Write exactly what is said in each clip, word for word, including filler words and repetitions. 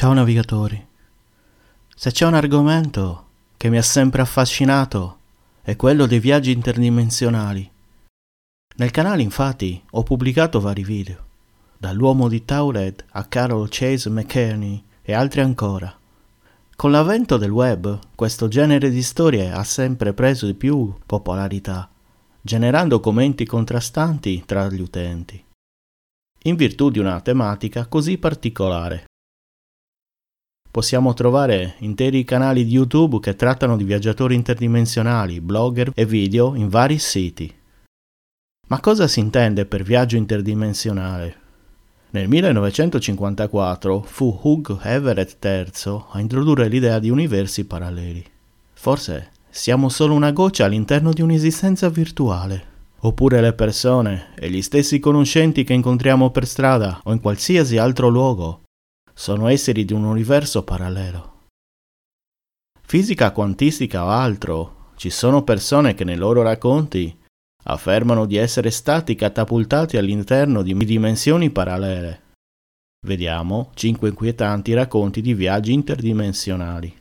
Ciao navigatori. Se c'è un argomento che mi ha sempre affascinato è quello dei viaggi interdimensionali. Nel canale infatti ho pubblicato vari video, dall'uomo di Tauret a Carol Chase McKenney e altri ancora. Con l'avvento del web questo genere di storie ha sempre preso di più popolarità, generando commenti contrastanti tra gli utenti, in virtù di una tematica così particolare. Possiamo trovare interi canali di YouTube che trattano di viaggiatori interdimensionali, blogger e video in vari siti. Ma cosa si intende per viaggio interdimensionale? Nel millenovecentocinquantaquattro fu Hugh Everett terzo a introdurre l'idea di universi paralleli. Forse siamo solo una goccia all'interno di un'esistenza virtuale. Oppure le persone e gli stessi conoscenti che incontriamo per strada o in qualsiasi altro luogo sono esseri di un universo parallelo. Fisica quantistica o altro, ci sono persone che nei loro racconti affermano di essere stati catapultati all'interno di dimensioni parallele. Vediamo cinque inquietanti racconti di viaggi interdimensionali.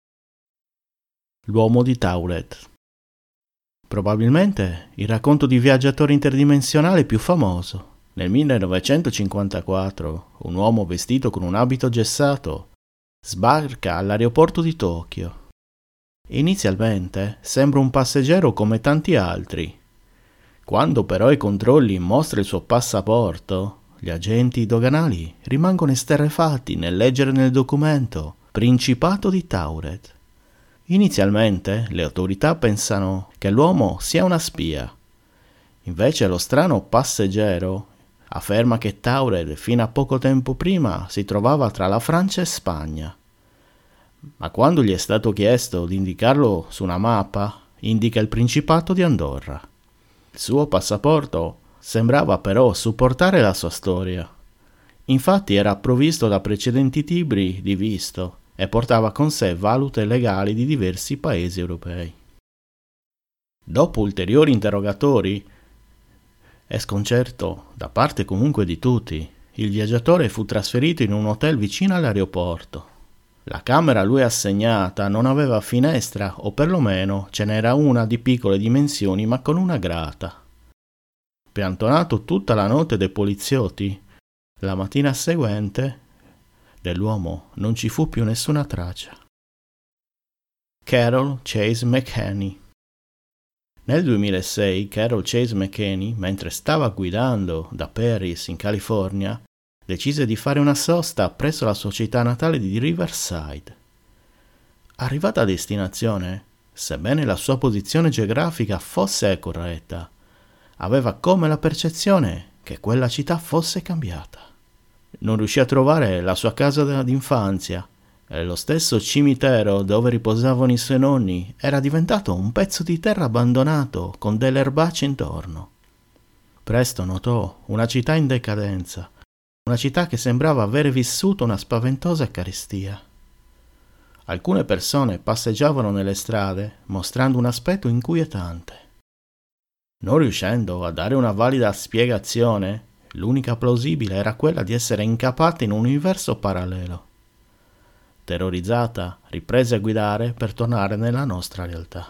L'uomo di Tauret. Probabilmente il racconto di viaggiatore interdimensionale più famoso. Nel millenovecentocinquantaquattro un uomo vestito con un abito gessato sbarca all'aeroporto di Tokyo. Inizialmente sembra un passeggero come tanti altri. Quando però i controlli mostra il suo passaporto, gli agenti doganali rimangono esterrefatti nel leggere nel documento Principato di Tauret. Inizialmente le autorità pensano che l'uomo sia una spia. Invece lo strano passeggero afferma che Tauret fino a poco tempo prima si trovava tra la Francia e Spagna. Ma quando gli è stato chiesto di indicarlo su una mappa, indica il Principato di Andorra. Il suo passaporto sembrava però supportare la sua storia. Infatti era provvisto da precedenti libri di visto e portava con sé valute legali di diversi paesi europei. Dopo ulteriori interrogatori e sconcerto da parte comunque di tutti, il viaggiatore fu trasferito in un hotel vicino all'aeroporto. La camera a lui assegnata non aveva finestra, o perlomeno ce n'era una di piccole dimensioni ma con una grata. Piantonato tutta la notte dai poliziotti, la mattina seguente dell'uomo non ci fu più nessuna traccia. Carol Chase McKenney. Nel duemilasei Carol Chase McKenney, mentre stava guidando da Paris in California, decise di fare una sosta presso la sua città natale di Riverside. Arrivata a destinazione, sebbene la sua posizione geografica fosse corretta, aveva come la percezione che quella città fosse cambiata. Non riuscì a trovare la sua casa d'infanzia e lo stesso cimitero dove riposavano i suoi nonni era diventato un pezzo di terra abbandonato con delle erbacce intorno. Presto notò una città in decadenza, una città che sembrava avere vissuto una spaventosa carestia. Alcune persone passeggiavano nelle strade mostrando un aspetto inquietante. Non riuscendo a dare una valida spiegazione, l'unica plausibile era quella di essere incappati in un universo parallelo. Terrorizzata, riprese a guidare per tornare nella nostra realtà.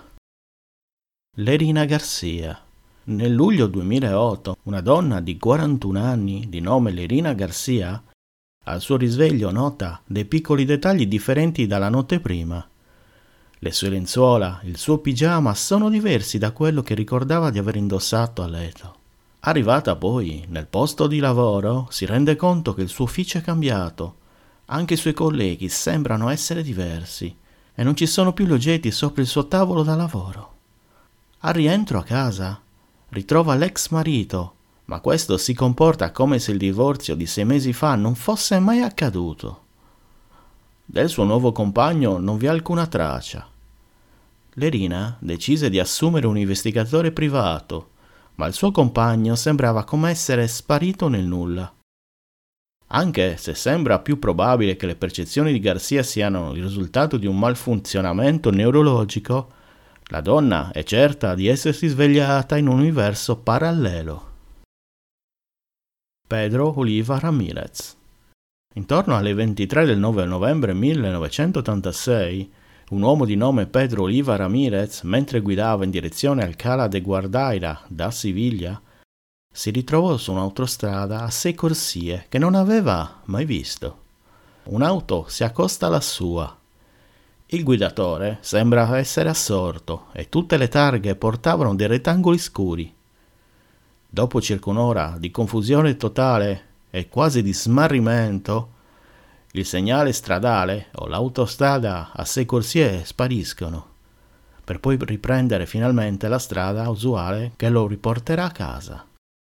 Lerina Garcia. Nel luglio duemilaotto, una donna di quarantuno anni, di nome Lerina Garcia, al suo risveglio nota dei piccoli dettagli differenti dalla notte prima. Le sue lenzuola, il suo pigiama sono diversi da quello che ricordava di aver indossato a letto. Arrivata poi nel posto di lavoro, si rende conto che il suo ufficio è cambiato. Anche i suoi colleghi sembrano essere diversi e non ci sono più gli oggetti sopra il suo tavolo da lavoro. Al rientro a casa, ritrova l'ex marito, ma questo si comporta come se il divorzio di sei mesi fa non fosse mai accaduto. Del suo nuovo compagno non vi è alcuna traccia. Lerina decise di assumere un investigatore privato, ma il suo compagno sembrava come essere sparito nel nulla. Anche se sembra più probabile che le percezioni di Garcia siano il risultato di un malfunzionamento neurologico, la donna è certa di essersi svegliata in un universo parallelo. Pedro Oliva Ramirez. Intorno alle ventitré del nove novembre millenovecentottantasei, un uomo di nome Pedro Oliva Ramirez, mentre guidava in direzione al Cala de Guardaira da Siviglia, si ritrovò su un'autostrada a sei corsie che non aveva mai visto. Un'auto si accosta alla sua. Il guidatore sembra essere assorto e tutte le targhe portavano dei rettangoli scuri. Dopo circa un'ora di confusione totale e quasi di smarrimento, il segnale stradale o l'autostrada a sei corsie spariscono, per poi riprendere finalmente la strada usuale che lo riporterà a casa.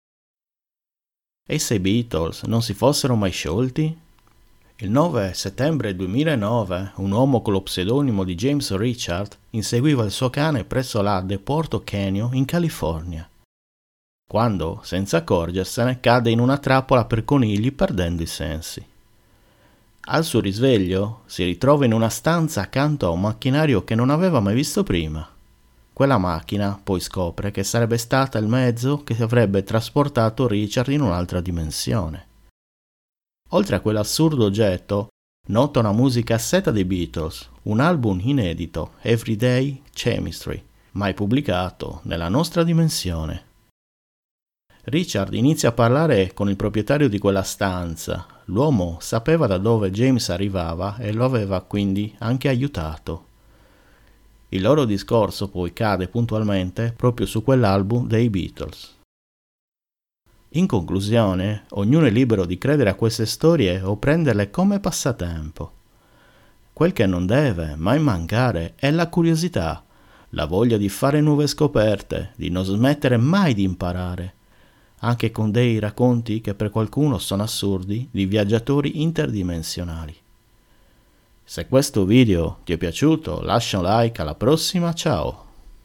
E se i Beatles non si fossero mai sciolti? Il nove settembre duemilanove un uomo con lo pseudonimo di James Richard inseguiva il suo cane presso la Deporto Canyon in California, quando, senza accorgersene, cade in una trappola per conigli perdendo i sensi. Al suo risveglio si ritrova in una stanza accanto a un macchinario che non aveva mai visto prima. Quella macchina poi scopre che sarebbe stata il mezzo che avrebbe trasportato Richard in un'altra dimensione. Oltre a quell'assurdo oggetto, nota una musicassetta dei Beatles, un album inedito, Everyday Chemistry, mai pubblicato nella nostra dimensione. Richard inizia a parlare con il proprietario di quella stanza. L'uomo sapeva da dove James arrivava e lo aveva quindi anche aiutato. Il loro discorso poi cade puntualmente proprio su quell'album dei Beatles. In conclusione, ognuno è libero di credere a queste storie o prenderle come passatempo. Quel che non deve mai mancare è la curiosità, la voglia di fare nuove scoperte, di non smettere mai di imparare, anche con dei racconti che per qualcuno sono assurdi di viaggiatori interdimensionali. Se questo video ti è piaciuto, lascia un like, alla prossima, ciao!